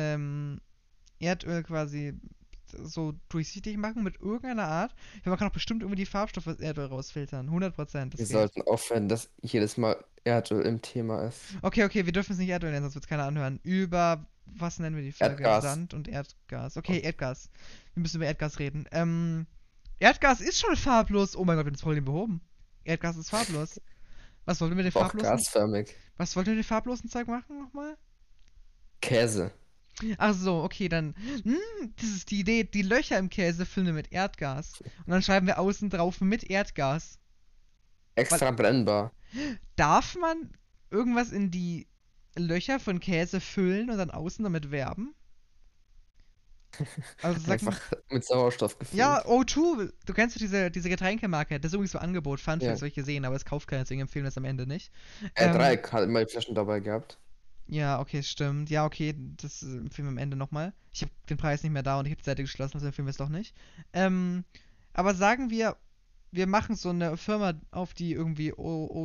Erdöl quasi so durchsichtig machen mit irgendeiner Art? Ja, man kann auch bestimmt irgendwie die Farbstoffe aus Erdöl rausfiltern. 100%, Wir das geht. sollten aufhören, dass jedes Mal Erdöl im Thema ist. Okay, okay, wir dürfen es nicht Erdöl nennen, sonst wird es keiner anhören. Über, was nennen wir die Folge? Erdgas. Sand und Erdgas. Okay, Erdgas. Wir müssen über Erdgas reden. Erdgas ist schon farblos. Oh mein Gott, wir haben das Problem behoben. Erdgas ist farblos. Was wollten wir mit dem Aber auch farblosen? gasförmig. Was wollten wir mit dem farblosen Zeug machen nochmal? Käse. Ach so, okay, dann. Das ist die Idee. Die Löcher im Käse füllen wir mit Erdgas. Und dann schreiben wir außen drauf mit Erdgas. Weil Extra brennbar. darf man irgendwas in die Löcher von Käse füllen und dann außen damit werben? Also sag mal. Einfach mit Sauerstoff Ja, gefüllt. O2, du kennst doch diese Getränkemarke. Das ist übrigens so ein Angebot. Fun Ja. Facts, solche sehen, aber es kauft keiner, deswegen empfehlen wir es am Ende nicht. R3 hat immer die Flaschen dabei gehabt. Ja, okay, stimmt. Ja, okay, das empfehlen wir am Ende nochmal. Ich habe den Preis nicht mehr da und ich habe die Seite geschlossen, also empfehlen wir es doch nicht. Aber sagen wir, wir machen so eine Firma auf, die irgendwie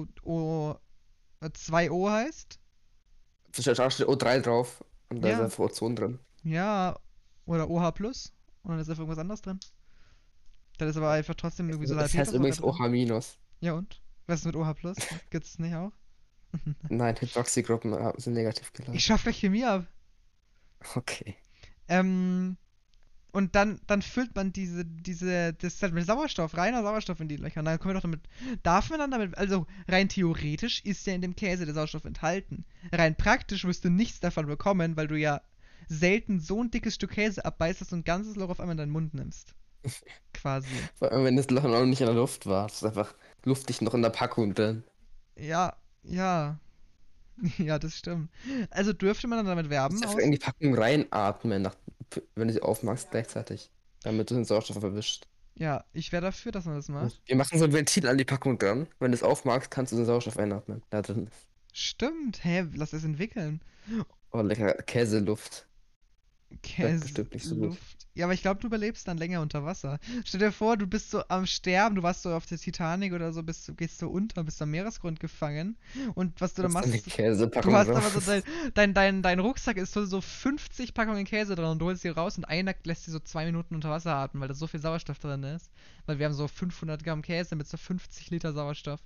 2O heißt. Da steht O3 drauf und da ist Ja, einfach Ozon drin. ja, oder OH plus. Und dann ist einfach irgendwas anderes drin. Dann ist aber einfach trotzdem irgendwie so Es heißt Salpetersäure übrigens drin. OH-. Ja und? Was ist mit OH plus? Gibt's es nicht auch? Nein, Hydroxygruppen sind negativ Ich geladen. schaff gleich Chemie ab. Okay. Ähm, Und dann füllt man das ist halt mit Sauerstoff, reiner Sauerstoff in die Löcher. Und dann kommen wir doch damit, darf man dann damit, also rein theoretisch ist ja in dem Käse der Sauerstoff enthalten. Rein praktisch wirst du nichts davon bekommen, weil du ja selten so ein dickes Stück Käse abbeißt, dass du ein ganzes Loch auf einmal in deinen Mund nimmst. Quasi. Vor allem, wenn das Loch noch nicht in der Luft war. Es ist einfach luftig noch in der Packung drin. Ja, ja, ja, das stimmt. Also dürfte man dann damit Du musst werben einfach in die außen? Packung reinatmen, wenn du sie aufmachst gleichzeitig. Damit du den Sauerstoff erwischt. Ja, ich wäre dafür, dass man das macht. Wir machen so ein Ventil an die Packung dran. Wenn du es aufmachst, kannst du den Sauerstoff einatmen. Da drin ist. Stimmt, hä, lass das entwickeln. Oh, lecker Käseluft. Schmeckt Käse, bestimmt nicht so gut. Luft. Ja, aber ich glaube, du überlebst dann länger unter Wasser. Stell dir vor, du bist so am Sterben, du warst so auf der Titanic oder so, gehst so unter, bist am Meeresgrund gefangen. Und was du da Jetzt dann die machst, du Käsepackung hast aber so drauf. dein Rucksack ist so 50 Packungen Käse drin und du holst die raus und einer lässt sie so 2 Minuten unter Wasser atmen, weil da so viel Sauerstoff drin ist. Weil wir haben so 500 Gramm Käse mit so 50 Liter Sauerstoff.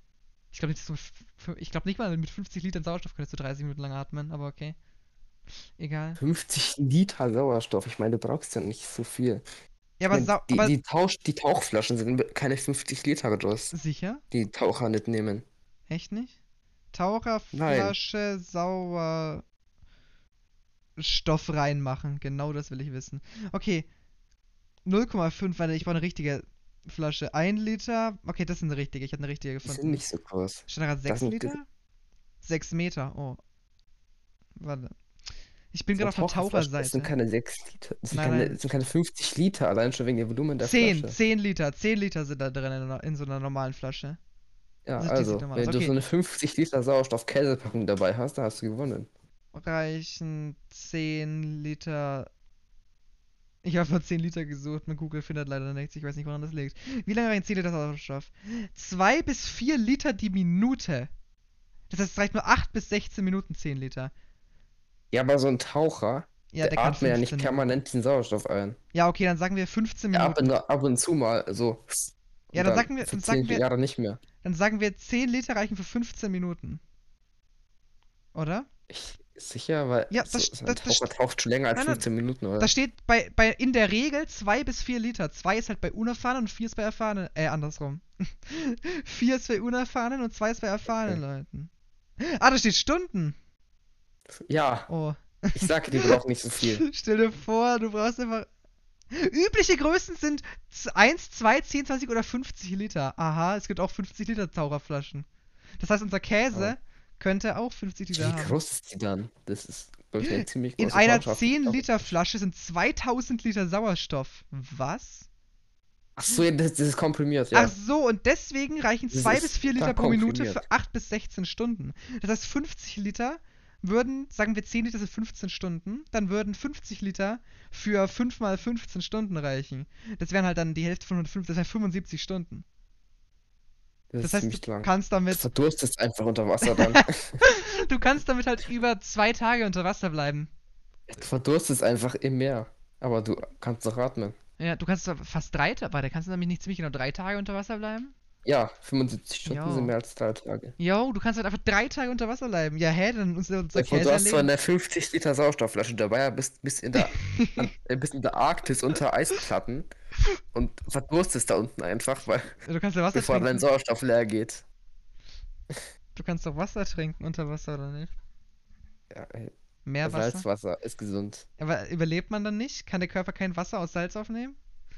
Ich glaube nicht mal mit 50 Litern Sauerstoff könntest du 30 Minuten lang atmen, aber okay. Egal. 50 Liter Sauerstoff. Ich meine, du brauchst ja nicht so viel. Ja, Ich meine, aber die Tauchflaschen sind keine 50 Liter groß, sicher? die Taucher nicht nehmen. Echt nicht? Nein. Taucherflasche Sauerstoff reinmachen. Genau das will ich wissen. Okay, 0,5, warte, ich brauche eine richtige Flasche 1 Liter. Okay, das ist eine richtige. Ich habe eine richtige Die sind gefunden. nicht so groß. Stand da gerade Das 6 sind, Liter? 6 Meter. Oh, warte. Ich bin so gerade eine auf der Taucherflasche, das sind Taucherseite. keine 6 Liter. Nein, nein. Das sind keine 50 Liter, allein schon wegen dem Volumen der 10, Flasche. 10 Liter. 10 Liter sind da drin in so einer normalen Flasche. Ja, Die sieht also, normal aus. wenn du so Okay. eine 50 Liter Sauerstoff-Käsepackung dabei hast, dann hast du gewonnen. Reichen 10 Liter. Ich habe nur 10 Liter gesucht. Mein Google findet leider nichts. Ich weiß nicht, woran das liegt. Wie lange reichen 10 Liter Sauerstoff? 2 bis 4 Liter die Minute. Das heißt, es reicht nur 8 bis 16 Minuten 10 Liter. Ja, aber so ein Taucher, Ja, der der kann atmet ja 15 nicht Minuten. permanent diesen Sauerstoff ein. Ja, okay, dann sagen wir 15 Der Minuten. atmet nur ab und zu mal so. Ja, Und dann dann sagen wir, für 10 Jahre nicht mehr. dann sagen wir 10 Liter reichen für 15 Minuten. Oder? Sicher, weil Ja, so ein Taucher taucht schon länger als nein, nein, 15 Minuten, da oder? steht in der Regel 2 bis 4 Liter. 2 ist halt bei Unerfahrenen und 4 ist bei Erfahrenen. Andersrum. 4 ist bei Unerfahrenen und 2 ist bei erfahrenen Okay. Leuten. Ah, da steht Stunden. Ja, Oh. ich sage, die brauchen nicht so viel. Stell dir vor, du brauchst einfach. Übliche Größen sind 1, 2, 10, 20 oder 50 Liter. Aha, es gibt auch 50 Liter Taucherflaschen. Das heißt, unser Aber Käse könnte auch 50 Liter wie haben. groß ist die dann? Das ist, glaube ich, eine ziemlich In große einer Taucherflasche. 10 Liter Flasche sind 2000 Liter Sauerstoff. Was? Ach so, ja, das ist komprimiert, Ach ja. so, und deswegen reichen Das 2 bis ist 4 Liter stark pro Minute komprimiert. für 8 bis 16 Stunden. Das heißt, 50 Liter würden, sagen wir 10 Liter sind 15 Stunden, dann würden 50 Liter für 5 mal 15 Stunden reichen. Das wären halt dann die Hälfte von 150, das wären 75 Stunden. Das Das ist heißt, du ziemlich lang. kannst Du damit, verdurstest einfach unter Wasser dann. du kannst damit halt über 2 Tage unter Wasser bleiben. Du verdurstest einfach im Meer. Aber du kannst noch atmen. Ja, du kannst zwar fast 3 Tage, aber da kannst du nämlich nicht ziemlich genau 3 Tage unter Wasser bleiben. Ja, 75 Stunden sind Jo. mehr als 3 Tage. Jo, du kannst halt einfach 3 Tage unter Wasser bleiben. Ja, hä, dann unser Und du Käse hast so erleben. eine 50 Liter Sauerstoffflasche dabei, ja, bist in der Arktis unter Eisplatten und verdurstest da unten einfach, weil Du kannst ja Wasser bevor dein trinken. Sauerstoff leer geht. Du kannst doch Wasser trinken unter Wasser, oder nicht? Ja, ey, Meerwasser. Salzwasser ist gesund. Aber überlebt man dann nicht? Kann der Körper kein Wasser aus Salz aufnehmen?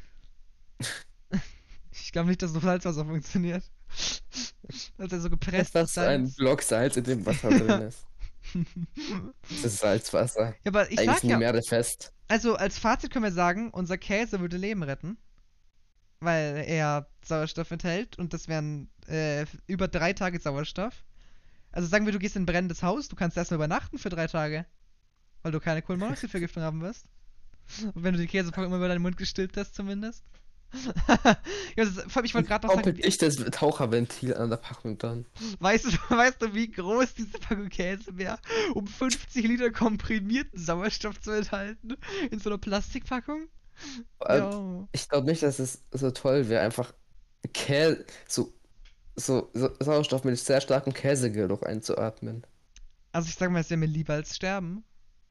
Ich glaube nicht, dass so Salzwasser funktioniert. Das ist ja so Ist gepresstes das ein Salz. Block Salz in dem Wasser drin ist? Das ist Salzwasser. Ja, aber ich Eigentlich sag sind die ja, Meere fest. also als Fazit können wir sagen, unser Käse würde Leben retten, weil er Sauerstoff enthält und das wären über 3 Tage Sauerstoff. Also sagen wir, du gehst in ein brennendes Haus, du kannst erstmal übernachten für 3 Tage, weil du keine Kohlenmonoxidvergiftung haben wirst. Und wenn du die Käsepackung immer über deinen Mund gestülpt hast, zumindest. Ja, vor allem, ich wollte gerade noch sagen, Komplett dichtes Taucherventil an der Packung dann. weißt du, wie groß diese Packung Käse wäre, um 50 Liter komprimierten Sauerstoff zu enthalten in so einer Plastikpackung? Vor allem, Jo. ich glaube nicht, dass es so toll wäre, einfach Käse, so Sauerstoff mit sehr starkem Käsegeruch einzuatmen. Also ich sag mal, es wäre mir lieber als sterben.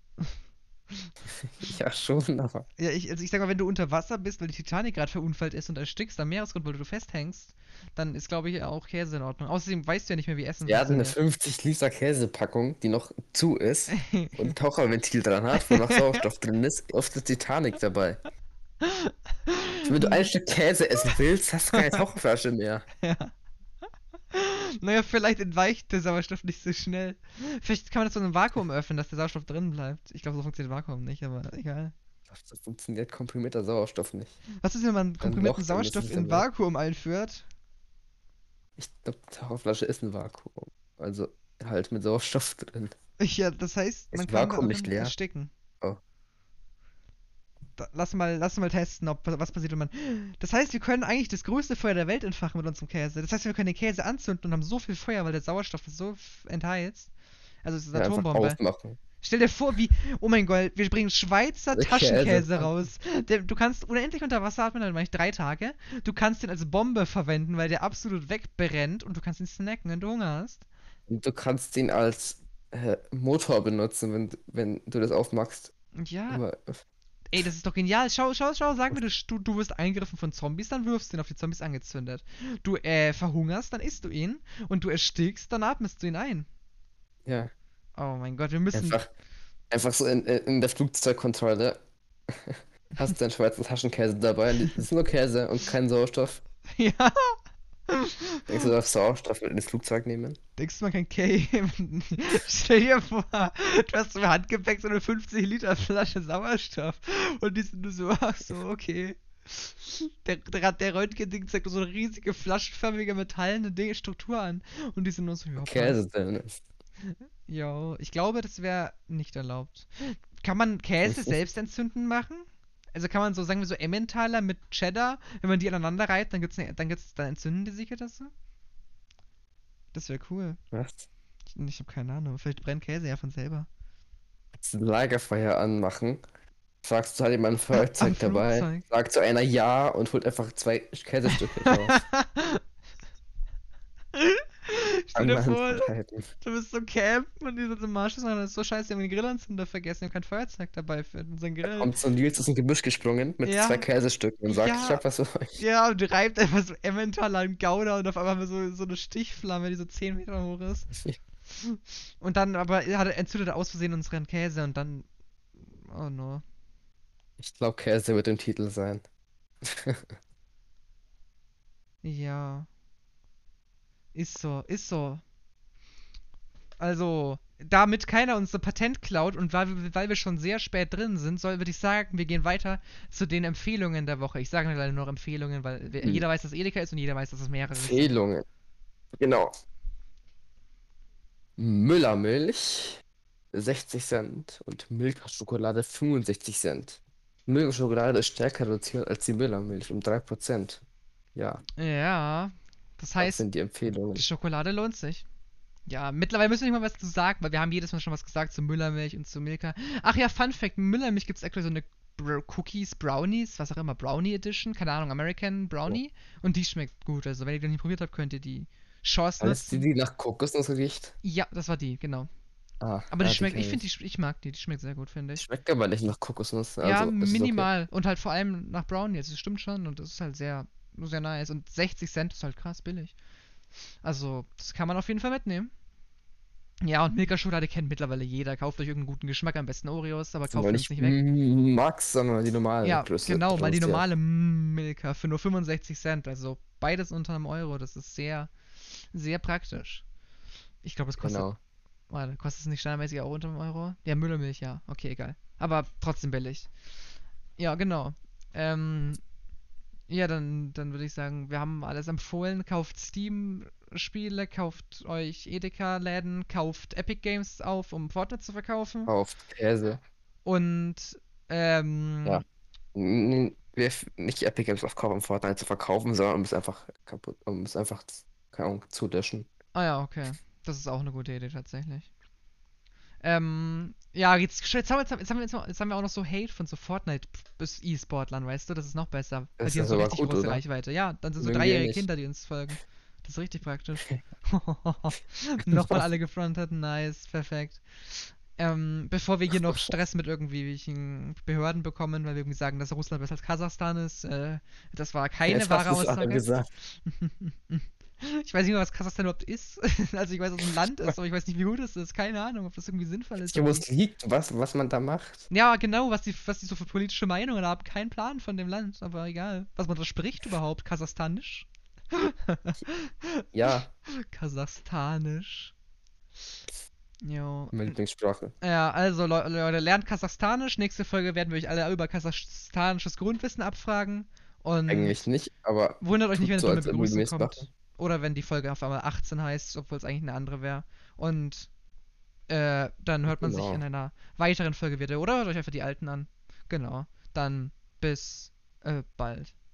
Ja, schon, aber. Ja, also ich sag mal, wenn du unter Wasser bist, weil die Titanic gerade verunfallt ist und erstickst am Meeresgrund, weil du festhängst, dann ist, glaube ich, auch Käse in Ordnung. Außerdem weißt du ja nicht mehr, wie Essen Wir hatten eine funktioniert. 50 Liter Käsepackung, die noch zu ist und ein Taucherventil dran hat, wo noch Sauerstoff drin ist, auf der Titanic dabei. Wenn du ein Stück Käse essen willst, hast du keine Taucherflasche mehr. Ja. Naja, vielleicht entweicht der Sauerstoff nicht so schnell. Vielleicht kann man das so in einem Vakuum öffnen, dass der Sauerstoff drin bleibt. Ich glaube, so funktioniert Vakuum nicht, aber egal. So funktioniert komprimierter Sauerstoff nicht. Was ist, wenn man Ein Loch komprimierten drin ist Sauerstoff es in dabei. Vakuum einführt? Ich glaube, die Taucherflasche ist ein Vakuum. Also halt mit Sauerstoff drin. Ja, das heißt, man Ist kann Vakuum darin nicht leer? ersticken. Oh. Lass mal testen, was passiert, wenn man. Das heißt, wir können eigentlich das größte Feuer der Welt entfachen mit unserem Käse. Das heißt, wir können den Käse anzünden und haben so viel Feuer, weil der Sauerstoff das so entheizt. Also es ist eine Ja, einfach Atombombe. aufmachen. Stell dir vor, wie. Oh mein Gott, wir bringen Schweizer Der Taschenkäse Käse. raus. Du kannst unendlich unter Wasser atmen, dann mache ich 3 Tage. Du kannst den als Bombe verwenden, weil der absolut wegbrennt und du kannst ihn snacken, wenn du Hunger hast. Und du kannst ihn als Motor benutzen, wenn du das aufmachst. Ja, Aber, ey, das ist doch genial. Schau, sag mir, du wirst angegriffen von Zombies, dann wirfst du ihn auf die Zombies angezündet. Du verhungerst, dann isst du ihn. Und du erstickst, dann atmest du ihn ein. ja, Oh mein Gott, wir müssen. einfach so in der Flugzeugkontrolle hast du deinen Schweizer Taschenkäse dabei. Das ist nur Käse und kein Sauerstoff. Ja. Denkst du, du darfst Sauerstoff mit ins Flugzeug nehmen? Denkst du, man kann kämen? Stell dir vor, du hast im Handgepäck so eine 50 Liter Flasche Sauerstoff und die sind nur so, ach so, okay. Der Röntgen-Ding zeigt nur so eine riesige flaschenförmige metallene Struktur an und die sind nur so, ja, Käse passt. denn? Ja, ich glaube, das wäre nicht erlaubt. Kann man Käse selbst entzünden machen? Also kann man so, sagen wir so Emmentaler mit Cheddar, wenn man die aneinander reibt, dann entzünden die sich oder so? Das wäre cool. Was? Ich habe keine Ahnung. Vielleicht brennt Käse ja von selber. Jetzt ein Lagerfeuer anmachen. Fragst du halt jemand ein Am Feuerzeug dabei. Flugzeug. Sagt so einer ja und holt einfach 2 Käsestücke raus. Stell Fang dir mal an vor, zu reiten. du bist so campen und die sind im Marsch und das ist so scheiße, wir haben den Grillanzünder vergessen, wir haben kein Feuerzeug dabei für unseren Da Grill. kommt so ein Nils aus dem Gebüsch gesprungen mit 2 Ja, Käsestücken und sagt, ich ja, hab was für euch. ja, und reibt einfach so Emmentaler an Gouda und auf einmal haben wir so eine Stichflamme, die so 10 Meter hoch ist. Und dann aber entzündet er aus Versehen unseren Käse und dann. Oh no. Ich glaube, Käse wird im Titel sein. Ja, ist so, ist so. Also, damit keiner unser Patent klaut und weil wir schon sehr spät drin sind, würde ich sagen, wir gehen weiter zu den Empfehlungen der Woche. Ich sage leider nur Empfehlungen, weil Hm. jeder weiß, dass Edeka ist und jeder weiß, dass es mehrere sind. Empfehlungen. Genau. Müllermilch 60 Cent und Milka-Schokolade 65 Cent. Milka-Schokolade ist stärker reduziert als die Müllermilch um 3%. Ja, Ja, das das heißt, sind die die Empfehlungen. Schokolade lohnt sich. Ja, mittlerweile müssen wir nicht mal was zu sagen, weil wir haben jedes Mal schon was gesagt zu Müllermilch und zu Milka. Ach ja, Fun Fact: Müllermilch gibt es aktuell so eine Cookies, Brownies, was auch immer, Brownie Edition, keine Ahnung, American Ja. Brownie. Und die schmeckt gut. Also, wenn ihr die noch nicht probiert habt, könnt ihr die Chance Alles die, nutzen. die nach Kokosnuss riecht? Ja, das war die, genau. Ah, Aber die ja, die schmeckt, kenne ich. ich mag die schmeckt sehr gut, finde ich. Schmeckt aber nicht nach Kokosnuss, Ja, also ist es okay. minimal. Und halt vor allem nach Brownie. Also, das stimmt schon. Und das ist halt sehr, sehr nice. Und 60 Cent ist halt krass billig. Also, das kann man auf jeden Fall mitnehmen. Ja, und Milka-Schokolade kennt mittlerweile jeder. Kauft euch irgendeinen guten Geschmack, am besten Oreos, aber Aber kauft uns nicht nicht weg. Max, sondern die normale Ja, Größe. genau, mal die Größe, ja. normale Milka für nur 65 Cent. Also beides unter einem Euro. Das ist sehr, sehr praktisch. Ich glaube, es kostet. Genau. Warte, kostet es nicht standardmäßig auch unter einem Euro? Ja, Müllermilch, ja. Okay, egal. Aber trotzdem billig. Ja, genau. Ähm, ja, dann würde ich sagen, wir haben alles empfohlen. Kauft Steam-Spiele, kauft euch Edeka-Läden, kauft Epic Games auf, um Fortnite zu verkaufen. Auf Käse. Und, Ja. Nicht Epic Games auf Kauf, um Fortnite zu verkaufen, sondern um es einfach kaputt, um es einfach, keine Ahnung, zu löschen. ah ja, okay. Das ist auch eine gute Idee tatsächlich. Ja, jetzt haben wir auch noch so Hate von so Fortnite-E-Sportlern, weißt du? Das ist noch besser. Weil Das die haben ist so aber richtig gut, große oder? Reichweite. Ja, dann sind so Mögen die ja dreijährige nicht. Kinder, die uns folgen. Das ist richtig praktisch. Nochmal alle gefrontet. Nice, perfekt. Bevor wir hier noch Stress mit irgendwelchen Behörden bekommen, weil wir irgendwie sagen, dass Russland besser als Kasachstan ist, das war keine Jetzt hast wahre du es alle Aussage. gesagt. Ich weiß nicht mehr, was Kasachstan überhaupt ist. Also ich weiß, dass es ein Land ist, aber ich weiß nicht, wie gut es ist. Keine Ahnung, ob das irgendwie sinnvoll ist. Hier, wo es liegt, was man da macht. Ja, genau, was die so für politische Meinungen haben. Kein Plan von dem Land, aber egal. Was man da spricht überhaupt. Kasachstanisch? Ja, Kasachstanisch. Jo. meine Lieblingssprache. Ja, also Leute, lernt Kasachstanisch. Nächste Folge werden wir euch alle über kasachstanisches Grundwissen abfragen. Und Eigentlich nicht, aber wundert euch nicht, wenn tut eine so, dumme als würden wir Begrüßung es machen. kommt. Oder wenn die Folge auf einmal 18 heißt, obwohl es eigentlich eine andere wäre. Und dann hört man sich in Genau. einer weiteren Folge wieder. Oder hört euch einfach die alten an. Genau. Dann bis bald.